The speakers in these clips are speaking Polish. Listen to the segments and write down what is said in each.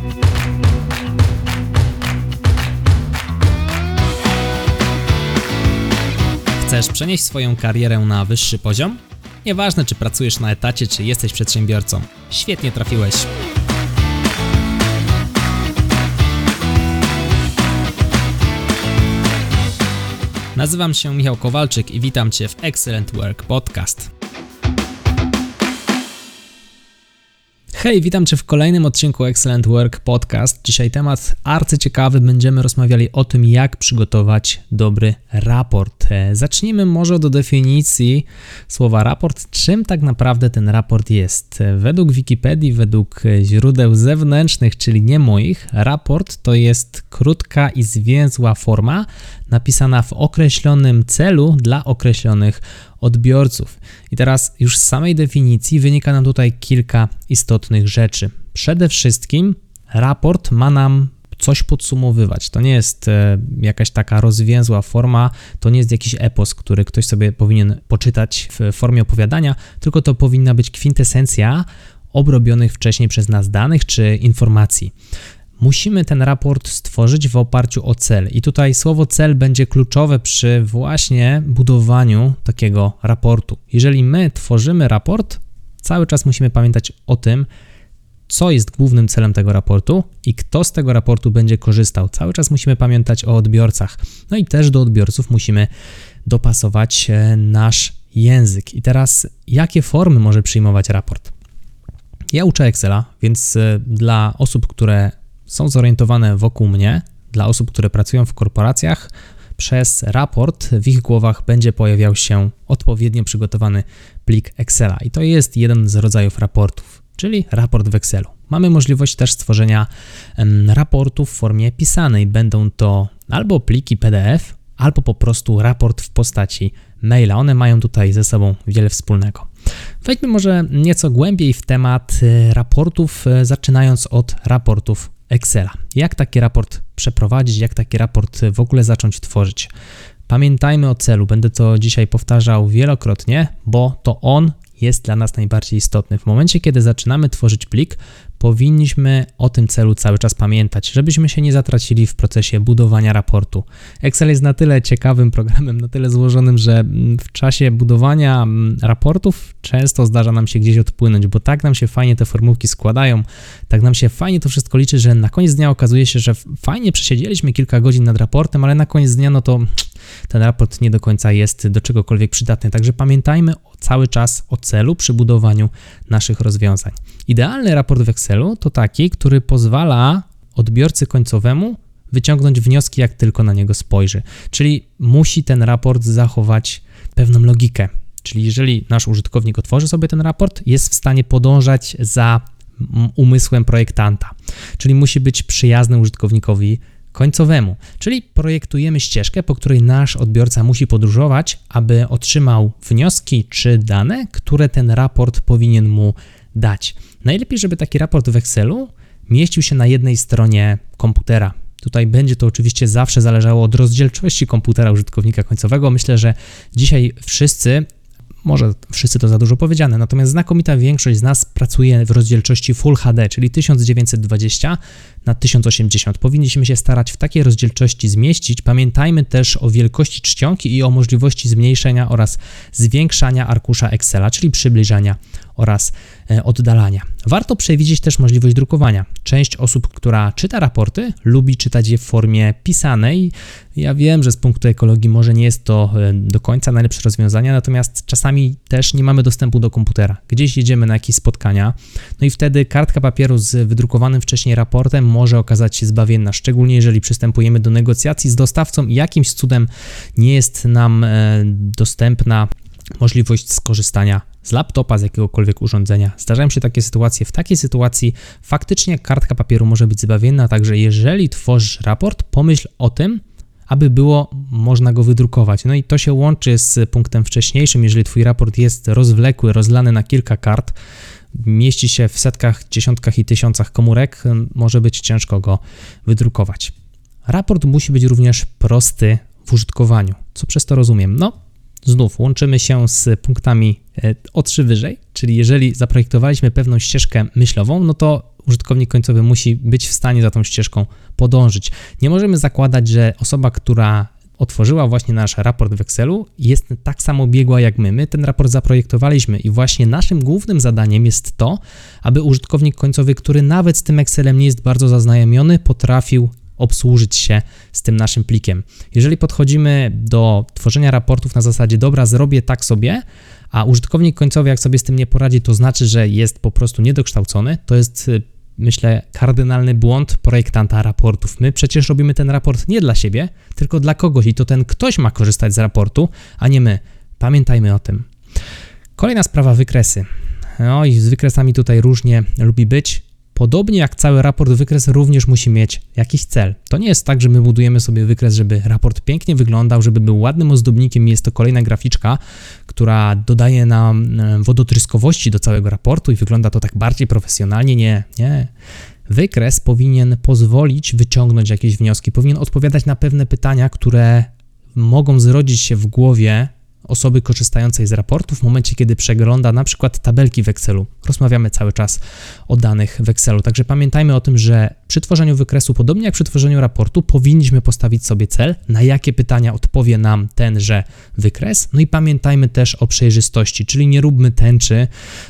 Chcesz przenieść swoją karierę na wyższy poziom? Nieważne, czy pracujesz na etacie, czy jesteś przedsiębiorcą. Świetnie trafiłeś. Nazywam się Michał Kowalczyk i witam Cię w Excellent Work Podcast. Hej, witam Cię w kolejnym odcinku Excellent Work Podcast. Dzisiaj temat arcyciekawy. Będziemy rozmawiali o tym, jak przygotować dobry raport. Zacznijmy może od definicji słowa raport. Czym tak naprawdę ten raport jest? Według Wikipedii, według źródeł zewnętrznych, czyli nie moich, raport to jest krótka i zwięzła forma napisana w określonym celu dla określonych odbiorców. I teraz już z samej definicji wynika nam tutaj kilka istotnych rzeczy. Przede wszystkim raport ma nam coś podsumowywać. To nie jest jakaś taka rozwięzła forma, to nie jest jakiś epos, który ktoś sobie powinien poczytać w formie opowiadania, tylko to powinna być kwintesencja obrobionych wcześniej przez nas danych czy informacji. Musimy ten raport stworzyć w oparciu o cel i tutaj słowo cel będzie kluczowe przy właśnie budowaniu takiego raportu. Jeżeli my tworzymy raport, cały czas musimy pamiętać o tym, co jest głównym celem tego raportu i kto z tego raportu będzie korzystał. Cały czas musimy pamiętać o odbiorcach. No i też do odbiorców musimy dopasować nasz język. I teraz jakie formy może przyjmować raport? Ja uczę Excela, więc dla osób, które są zorientowane wokół mnie, dla osób, które pracują w korporacjach, przez raport w ich głowach będzie pojawiał się odpowiednio przygotowany plik Excela. I to jest jeden z rodzajów raportów, czyli raport w Excelu. Mamy możliwość też stworzenia raportu w formie pisanej. Będą to albo pliki PDF, albo po prostu raport w postaci maila. One mają tutaj ze sobą wiele wspólnego. Wejdźmy może nieco głębiej w temat raportów, zaczynając od raportów Excela. Jak taki raport przeprowadzić, jak taki raport w ogóle zacząć tworzyć? Pamiętajmy o celu, będę to dzisiaj powtarzał wielokrotnie, bo to on jest dla nas najbardziej istotny. W momencie, kiedy zaczynamy tworzyć plik, powinniśmy o tym celu cały czas pamiętać, żebyśmy się nie zatracili w procesie budowania raportu. Excel jest na tyle ciekawym programem, na tyle złożonym, że w czasie budowania raportów często zdarza nam się gdzieś odpłynąć, bo tak nam się fajnie te formułki składają, tak nam się fajnie to wszystko liczy, że na koniec dnia okazuje się, że fajnie przesiedzieliśmy kilka godzin nad raportem, ale na koniec dnia no to ten raport nie do końca jest do czegokolwiek przydatny. Także pamiętajmy cały czas o celu przy budowaniu naszych rozwiązań. Idealny raport w Excelu to taki, który pozwala odbiorcy końcowemu wyciągnąć wnioski, jak tylko na niego spojrzy. Czyli musi ten raport zachować pewną logikę. Czyli jeżeli nasz użytkownik otworzy sobie ten raport, jest w stanie podążać za umysłem projektanta. Czyli musi być przyjazny użytkownikowi końcowemu, czyli projektujemy ścieżkę, po której nasz odbiorca musi podróżować, aby otrzymał wnioski czy dane, które ten raport powinien mu dać. Najlepiej, żeby taki raport w Excelu mieścił się na jednej stronie komputera. Tutaj będzie to oczywiście zawsze zależało od rozdzielczości komputera użytkownika końcowego. Myślę, że dzisiaj może wszyscy to za dużo powiedziane, natomiast znakomita większość z nas pracuje w rozdzielczości Full HD, czyli 1920 na 1080. Powinniśmy się starać w takiej rozdzielczości zmieścić. Pamiętajmy też o wielkości czcionki i o możliwości zmniejszenia oraz zwiększania arkusza Excela, czyli przybliżania oraz oddalania. Warto przewidzieć też możliwość drukowania. Część osób, która czyta raporty, lubi czytać je w formie pisanej. Ja wiem, że z punktu ekologii może nie jest to do końca najlepsze rozwiązanie, natomiast czasami też nie mamy dostępu do komputera. Gdzieś jedziemy na jakieś spotkania, no i wtedy kartka papieru z wydrukowanym wcześniej raportem może okazać się zbawienna, szczególnie jeżeli przystępujemy do negocjacji z dostawcą i jakimś cudem nie jest nam dostępna możliwość skorzystania z laptopa, z jakiegokolwiek urządzenia. Zdarzają się takie sytuacje. W takiej sytuacji faktycznie kartka papieru może być zbawienna, także jeżeli tworzysz raport, pomyśl o tym, aby było można go wydrukować. No i to się łączy z punktem wcześniejszym. Jeżeli Twój raport jest rozwlekły, rozlany na kilka kart, mieści się w setkach, dziesiątkach i tysiącach komórek, może być ciężko go wydrukować. Raport musi być również prosty w użytkowaniu. Co przez to rozumiem? No, znów łączymy się z punktami o 3 wyżej, czyli jeżeli zaprojektowaliśmy pewną ścieżkę myślową, no to użytkownik końcowy musi być w stanie za tą ścieżką podążyć. Nie możemy zakładać, że osoba, która otworzyła właśnie nasz raport w Excelu, jest tak samo biegła jak my. My ten raport zaprojektowaliśmy i właśnie naszym głównym zadaniem jest to, aby użytkownik końcowy, który nawet z tym Excelem nie jest bardzo zaznajomiony, potrafił obsłużyć się z tym naszym plikiem. Jeżeli podchodzimy do tworzenia raportów na zasadzie, dobra, zrobię tak sobie, a użytkownik końcowy jak sobie z tym nie poradzi, to znaczy, że jest po prostu niedokształcony, to jest, myślę, kardynalny błąd projektanta raportów. My przecież robimy ten raport nie dla siebie, tylko dla kogoś i to ten ktoś ma korzystać z raportu, a nie my. Pamiętajmy o tym. Kolejna sprawa, wykresy. No i z wykresami tutaj różnie lubi być. Podobnie jak cały raport, wykres również musi mieć jakiś cel. To nie jest tak, że my budujemy sobie wykres, żeby raport pięknie wyglądał, żeby był ładnym ozdobnikiem i jest to kolejna graficzka, która dodaje nam wodotryskowości do całego raportu i wygląda to tak bardziej profesjonalnie. Nie. Wykres powinien pozwolić wyciągnąć jakieś wnioski, powinien odpowiadać na pewne pytania, które mogą zrodzić się w głowie osoby korzystającej z raportu w momencie, kiedy przegląda na przykład tabelki w Excelu. Rozmawiamy cały czas o danych w Excelu, także pamiętajmy o tym, że przy tworzeniu wykresu, podobnie jak przy tworzeniu raportu, powinniśmy postawić sobie cel, na jakie pytania odpowie nam tenże wykres. No i pamiętajmy też o przejrzystości, czyli nie róbmy tęczy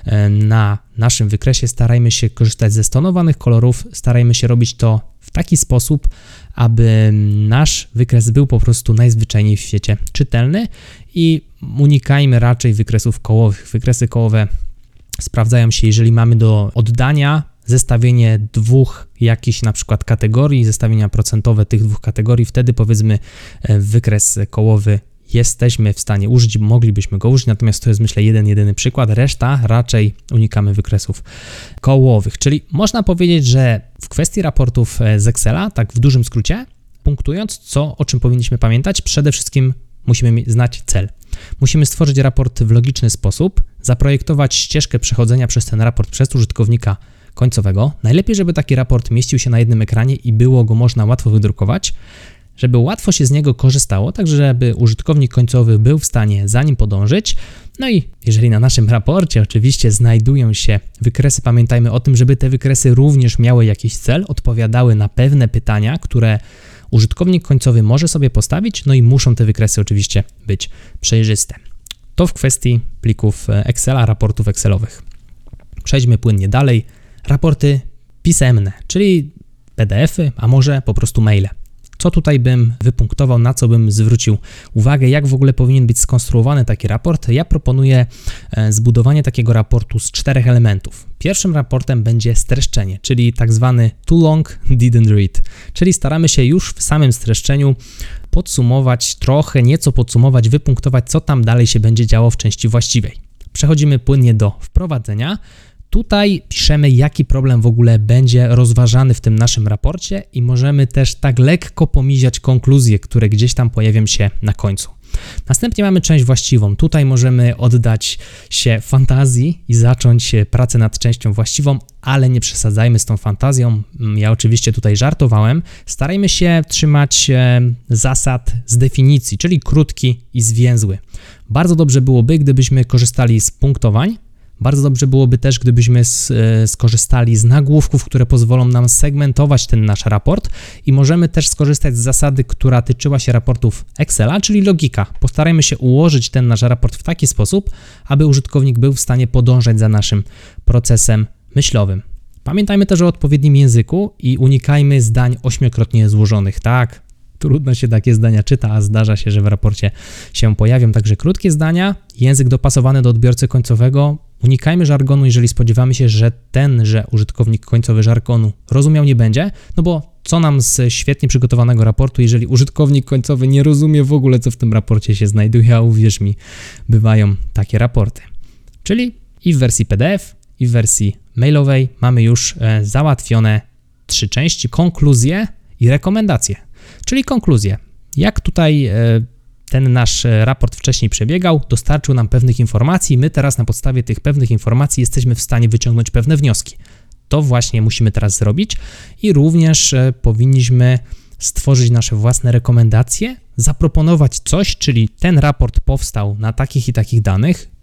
na naszym wykresie, starajmy się korzystać ze stonowanych kolorów, starajmy się robić to w taki sposób, aby nasz wykres był po prostu najzwyczajniej w świecie czytelny i unikajmy raczej wykresów kołowych. Wykresy kołowe sprawdzają się, jeżeli mamy do oddania zestawienie dwóch jakichś na przykład kategorii, zestawienia procentowe tych dwóch kategorii, wtedy powiedzmy wykres kołowy jesteśmy w stanie użyć, moglibyśmy go użyć, natomiast to jest, myślę, jedyny przykład, reszta raczej unikamy wykresów kołowych, czyli można powiedzieć, że w kwestii raportów z Excela, tak w dużym skrócie, punktując, o czym powinniśmy pamiętać, przede wszystkim musimy znać cel. Musimy stworzyć raport w logiczny sposób, zaprojektować ścieżkę przechodzenia przez ten raport przez użytkownika końcowego. Najlepiej, żeby taki raport mieścił się na jednym ekranie i było go można łatwo wydrukować, żeby łatwo się z niego korzystało, tak żeby użytkownik końcowy był w stanie za nim podążyć. No i jeżeli na naszym raporcie oczywiście znajdują się wykresy, pamiętajmy o tym, żeby te wykresy również miały jakiś cel, odpowiadały na pewne pytania, które użytkownik końcowy może sobie postawić, no i muszą te wykresy oczywiście być przejrzyste. To w kwestii plików Excela, raportów Excelowych. Przejdźmy płynnie dalej. Raporty pisemne, czyli PDF-y, a może po prostu maile. Co tutaj bym wypunktował, na co bym zwrócił uwagę, jak w ogóle powinien być skonstruowany taki raport? Ja proponuję zbudowanie takiego raportu z 4 elementów. Pierwszym raportem będzie streszczenie, czyli tak zwany too long didn't read, czyli staramy się już w samym streszczeniu podsumować nieco podsumować, wypunktować, co tam dalej się będzie działo w części właściwej. Przechodzimy płynnie do wprowadzenia. Tutaj piszemy, jaki problem w ogóle będzie rozważany w tym naszym raporcie i możemy też tak lekko pomiziać konkluzje, które gdzieś tam pojawią się na końcu. Następnie mamy część właściwą. Tutaj możemy oddać się fantazji i zacząć pracę nad częścią właściwą, ale nie przesadzajmy z tą fantazją. Ja oczywiście tutaj żartowałem. Starajmy się trzymać zasad z definicji, czyli krótki i zwięzły. Bardzo dobrze byłoby, gdybyśmy korzystali z punktowań. Bardzo dobrze byłoby też, gdybyśmy skorzystali z nagłówków, które pozwolą nam segmentować ten nasz raport i możemy też skorzystać z zasady, która tyczyła się raportów Excela, czyli logika. Postarajmy się ułożyć ten nasz raport w taki sposób, aby użytkownik był w stanie podążać za naszym procesem myślowym. Pamiętajmy też o odpowiednim języku i unikajmy zdań 8-krotnie złożonych. Tak, trudno się takie zdania czyta, a zdarza się, że w raporcie się pojawią. Także krótkie zdania, język dopasowany do odbiorcy końcowego. Unikajmy żargonu, jeżeli spodziewamy się, że tenże użytkownik końcowy żargonu rozumiał nie będzie, no bo co nam z świetnie przygotowanego raportu, jeżeli użytkownik końcowy nie rozumie w ogóle, co w tym raporcie się znajduje, a uwierz mi, bywają takie raporty. Czyli i w wersji PDF, i w wersji mailowej mamy już załatwione 3 części, konkluzje i rekomendacje. Czyli konkluzje. Jak tutaj ten nasz raport wcześniej przebiegał, dostarczył nam pewnych informacji, my teraz na podstawie tych pewnych informacji jesteśmy w stanie wyciągnąć pewne wnioski. To właśnie musimy teraz zrobić i również powinniśmy stworzyć nasze własne rekomendacje, zaproponować coś, czyli ten raport powstał na takich i takich danych,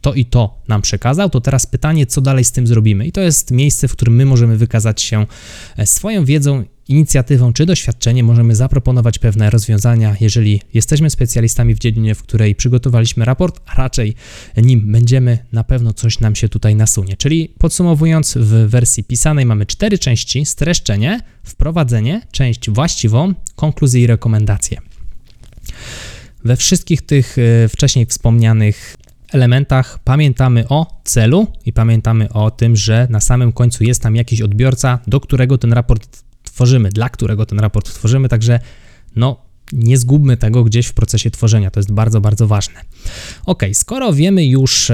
to i to nam przekazał, to teraz pytanie, co dalej z tym zrobimy. I to jest miejsce, w którym my możemy wykazać się swoją wiedzą, inicjatywą czy doświadczeniem, możemy zaproponować pewne rozwiązania, jeżeli jesteśmy specjalistami w dziedzinie, w której przygotowaliśmy raport, a raczej nim będziemy, na pewno coś nam się tutaj nasunie. Czyli podsumowując, w wersji pisanej mamy 4 części: streszczenie, wprowadzenie, część właściwą, konkluzje i rekomendacje. We wszystkich tych wcześniej wspomnianych elementach pamiętamy o celu i pamiętamy o tym, że na samym końcu jest tam jakiś odbiorca, do którego ten raport tworzymy, dla którego ten raport tworzymy, także nie zgubmy tego gdzieś w procesie tworzenia, to jest bardzo, bardzo ważne. Ok, skoro wiemy już,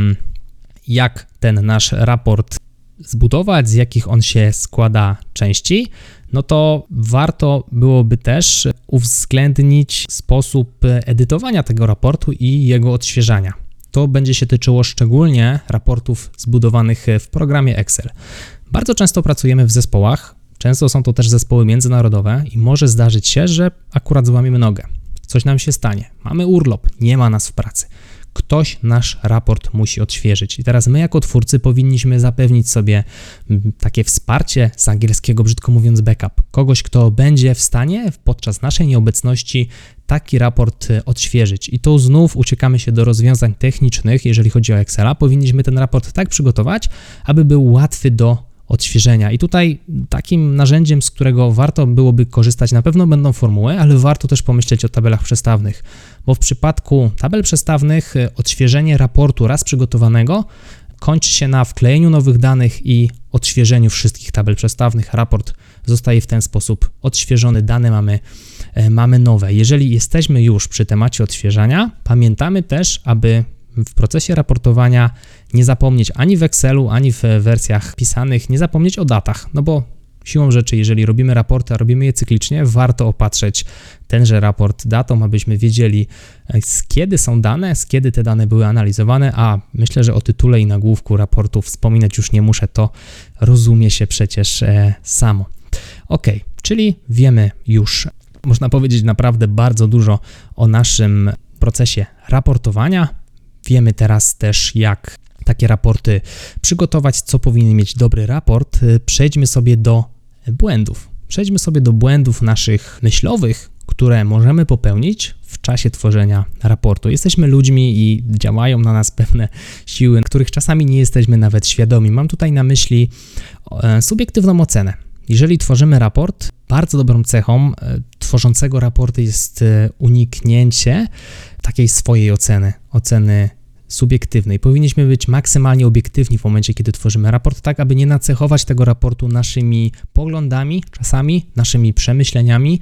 jak ten nasz raport zbudować, z jakich on się składa części, no to warto byłoby też uwzględnić sposób edytowania tego raportu i jego odświeżania. To będzie się tyczyło szczególnie raportów zbudowanych w programie Excel. Bardzo często pracujemy w zespołach, często są to też zespoły międzynarodowe i może zdarzyć się, że akurat złamiemy nogę. Coś nam się stanie, mamy urlop, nie ma nas w pracy. Ktoś nasz raport musi odświeżyć. I teraz my jako twórcy powinniśmy zapewnić sobie takie wsparcie, z angielskiego brzydko mówiąc backup. Kogoś, kto będzie w stanie podczas naszej nieobecności taki raport odświeżyć. I tu znów uciekamy się do rozwiązań technicznych, jeżeli chodzi o Excela. Powinniśmy ten raport tak przygotować, aby był łatwy do odświeżenia. I tutaj takim narzędziem, z którego warto byłoby korzystać, na pewno będą formuły, ale warto też pomyśleć o tabelach przestawnych, bo w przypadku tabel przestawnych odświeżenie raportu raz przygotowanego kończy się na wklejeniu nowych danych i odświeżeniu wszystkich tabel przestawnych. Raport zostaje w ten sposób odświeżony, dane mamy nowe. Jeżeli jesteśmy już przy temacie odświeżania, pamiętamy też, aby w procesie raportowania nie zapomnieć ani w Excelu, ani w wersjach pisanych, nie zapomnieć o datach, no bo siłą rzeczy, jeżeli robimy raporty, a robimy je cyklicznie, warto opatrzeć tenże raport datą, abyśmy wiedzieli, z kiedy są dane, z kiedy te dane były analizowane, a myślę, że o tytule i nagłówku raportu wspominać już nie muszę, to rozumie się przecież samo. Ok, czyli wiemy już, można powiedzieć, naprawdę bardzo dużo o naszym procesie raportowania. Wiemy teraz też, jak takie raporty przygotować, co powinien mieć dobry raport. Przejdźmy sobie do błędów. Przejdźmy sobie do błędów naszych myślowych, które możemy popełnić w czasie tworzenia raportu. Jesteśmy ludźmi i działają na nas pewne siły, których czasami nie jesteśmy nawet świadomi. Mam tutaj na myśli subiektywną ocenę. Jeżeli tworzymy raport, bardzo dobrą cechą tworzącego raporty jest uniknięcie takiej swojej oceny subiektywnej. Powinniśmy być maksymalnie obiektywni w momencie, kiedy tworzymy raport, tak aby nie nacechować tego raportu naszymi poglądami, czasami naszymi przemyśleniami,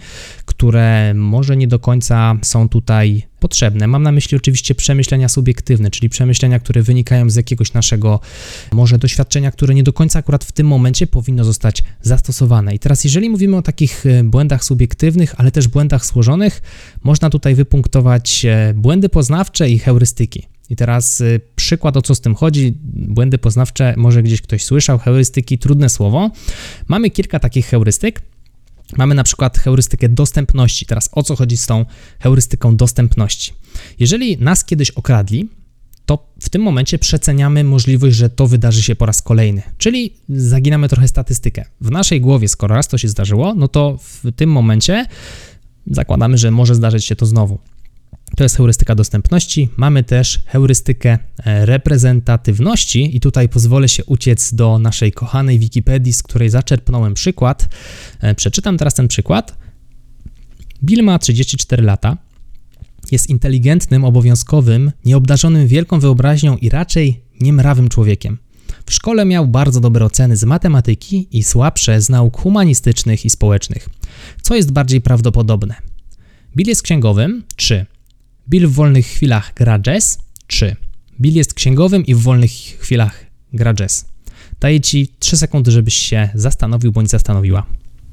które może nie do końca są tutaj potrzebne. Mam na myśli oczywiście przemyślenia subiektywne, czyli przemyślenia, które wynikają z jakiegoś naszego może doświadczenia, które nie do końca akurat w tym momencie powinno zostać zastosowane. I teraz jeżeli mówimy o takich błędach subiektywnych, ale też błędach złożonych, można tutaj wypunktować błędy poznawcze i heurystyki. I teraz przykład, o co z tym chodzi. Błędy poznawcze, może gdzieś ktoś słyszał, heurystyki, trudne słowo. Mamy kilka takich heurystyk. Mamy na przykład heurystykę dostępności. Teraz o co chodzi z tą heurystyką dostępności? Jeżeli nas kiedyś okradli, to w tym momencie przeceniamy możliwość, że to wydarzy się po raz kolejny, czyli zaginamy trochę statystykę. W naszej głowie, skoro raz to się zdarzyło, no to w tym momencie zakładamy, że może zdarzyć się to znowu. To jest heurystyka dostępności. Mamy też heurystykę reprezentatywności i tutaj pozwolę się uciec do naszej kochanej Wikipedii, z której zaczerpnąłem przykład. Przeczytam teraz ten przykład. Bill ma 34 lata, jest inteligentnym, obowiązkowym, nieobdarzonym wielką wyobraźnią i raczej niemrawym człowiekiem. W szkole miał bardzo dobre oceny z matematyki i słabsze z nauk humanistycznych i społecznych. Co jest bardziej prawdopodobne? Bill jest księgowym, czy Bill w wolnych chwilach gra jazz, czy Bill jest księgowym i w wolnych chwilach gra jazz. Daję Ci 3 sekundy, żebyś się zastanowił bądź zastanowiła.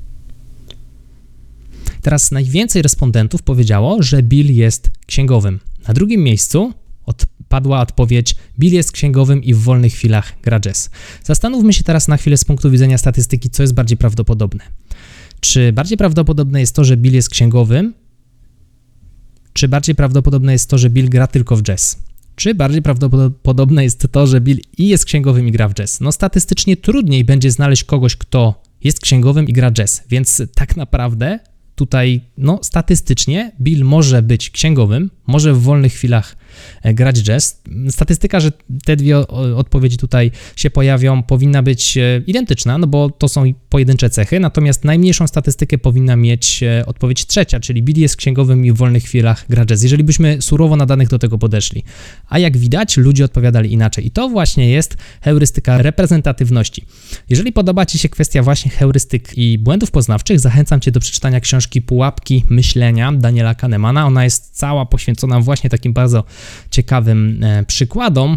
Teraz najwięcej respondentów powiedziało, że Bill jest księgowym. Na drugim miejscu padła odpowiedź: Bill jest księgowym i w wolnych chwilach gra jazz. Zastanówmy się teraz na chwilę z punktu widzenia statystyki, co jest bardziej prawdopodobne. Czy bardziej prawdopodobne jest to, że Bill jest księgowym, czy bardziej prawdopodobne jest to, że Bill gra tylko w jazz? Czy bardziej prawdopodobne jest to, że Bill i jest księgowym i gra w jazz? No statystycznie trudniej będzie znaleźć kogoś, kto jest księgowym i gra jazz, więc tak naprawdę tutaj, statystycznie Bill może być księgowym, może w wolnych chwilach grać jazz. Statystyka, że te dwie odpowiedzi tutaj się pojawią, powinna być identyczna, bo to są pojedyncze cechy, natomiast najmniejszą statystykę powinna mieć odpowiedź trzecia, czyli Bill jest księgowym i w wolnych chwilach gra jazz, jeżeli byśmy surowo na danych do tego podeszli. A jak widać, ludzie odpowiadali inaczej i to właśnie jest heurystyka reprezentatywności. Jeżeli podoba Ci się kwestia właśnie heurystyk i błędów poznawczych, zachęcam Cię do przeczytania książki Pułapki myślenia Daniela Kahnemana. Ona jest cała poświęcona właśnie takim bardzo ciekawym przykładom,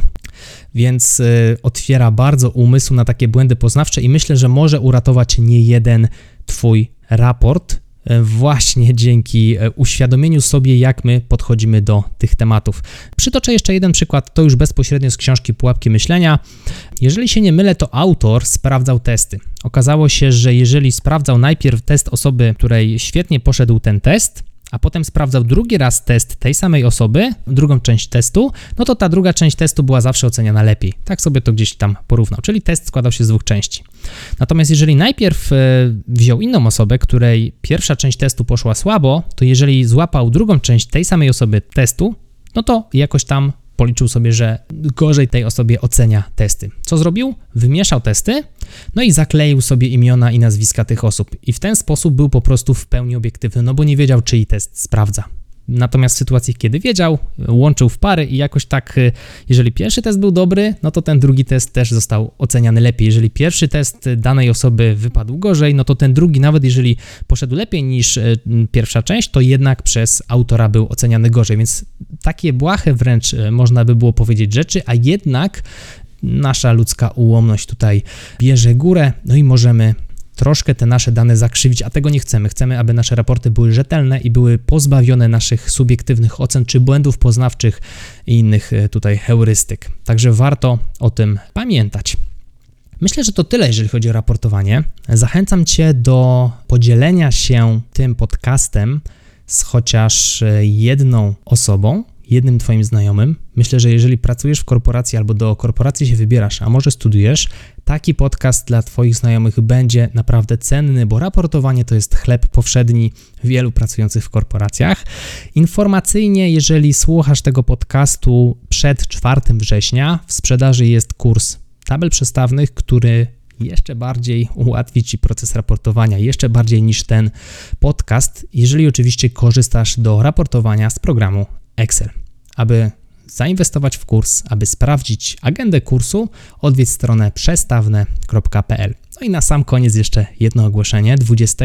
więc otwiera bardzo umysł na takie błędy poznawcze i myślę, że może uratować niejeden Twój raport właśnie dzięki uświadomieniu sobie, jak my podchodzimy do tych tematów. Przytoczę jeszcze jeden przykład, to już bezpośrednio z książki Pułapki myślenia. Jeżeli się nie mylę, to autor sprawdzał testy. Okazało się, że jeżeli sprawdzał najpierw test osoby, której świetnie poszedł ten test, a potem sprawdzał drugi raz test tej samej osoby, drugą część testu, to ta druga część testu była zawsze oceniana lepiej. Tak sobie to gdzieś tam porównał, czyli test składał się z dwóch części. Natomiast jeżeli najpierw wziął inną osobę, której pierwsza część testu poszła słabo, to jeżeli złapał drugą część tej samej osoby testu, to jakoś tam policzył sobie, że gorzej tej osobie ocenia testy. Co zrobił? Wymieszał testy, i zakleił sobie imiona i nazwiska tych osób. I w ten sposób był po prostu w pełni obiektywny, bo nie wiedział, czyj test sprawdza. Natomiast w sytuacji, kiedy wiedział, łączył w pary i jakoś tak, jeżeli pierwszy test był dobry, to ten drugi test też został oceniany lepiej. Jeżeli pierwszy test danej osoby wypadł gorzej, to ten drugi, nawet jeżeli poszedł lepiej niż pierwsza część, to jednak przez autora był oceniany gorzej. Więc takie błahe wręcz można by było powiedzieć rzeczy, a jednak nasza ludzka ułomność tutaj bierze górę, i możemy troszkę te nasze dane zakrzywić, a tego nie chcemy. Chcemy, aby nasze raporty były rzetelne i były pozbawione naszych subiektywnych ocen, czy błędów poznawczych i innych tutaj heurystyk. Także warto o tym pamiętać. Myślę, że to tyle, jeżeli chodzi o raportowanie. Zachęcam Cię do podzielenia się tym podcastem z chociaż jedną osobą, jednym Twoim znajomym. Myślę, że jeżeli pracujesz w korporacji albo do korporacji się wybierasz, a może studujesz, taki podcast dla Twoich znajomych będzie naprawdę cenny, bo raportowanie to jest chleb powszedni wielu pracujących w korporacjach. Informacyjnie, jeżeli słuchasz tego podcastu przed 4 września, w sprzedaży jest kurs tabel przestawnych, który jeszcze bardziej ułatwi Ci proces raportowania, jeszcze bardziej niż ten podcast, jeżeli oczywiście korzystasz do raportowania z programu Excel. Aby zainwestować w kurs, aby sprawdzić agendę kursu, odwiedź stronę przestawne.pl. I na sam koniec jeszcze jedno ogłoszenie.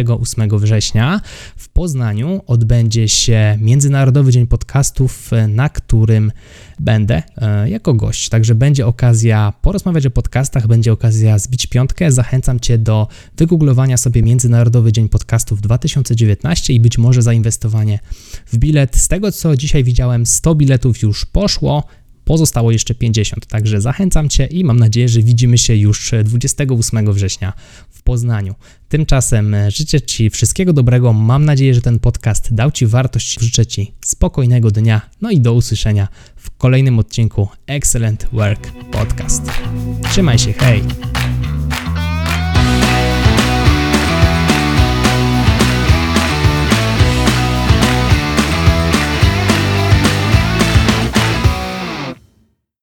28 września w Poznaniu odbędzie się Międzynarodowy Dzień Podcastów, na którym będę jako gość. Także będzie okazja porozmawiać o podcastach, będzie okazja zbić piątkę. Zachęcam Cię do wygooglowania sobie Międzynarodowy Dzień Podcastów 2019 i być może zainwestowanie w bilet. Z tego, co dzisiaj widziałem, 100 biletów już poszło. Pozostało jeszcze 50, także zachęcam Cię i mam nadzieję, że widzimy się już 28 września w Poznaniu. Tymczasem życzę Ci wszystkiego dobrego, mam nadzieję, że ten podcast dał Ci wartość, życzę Ci spokojnego dnia, i do usłyszenia w kolejnym odcinku Excellent Work Podcast. Trzymaj się, hej!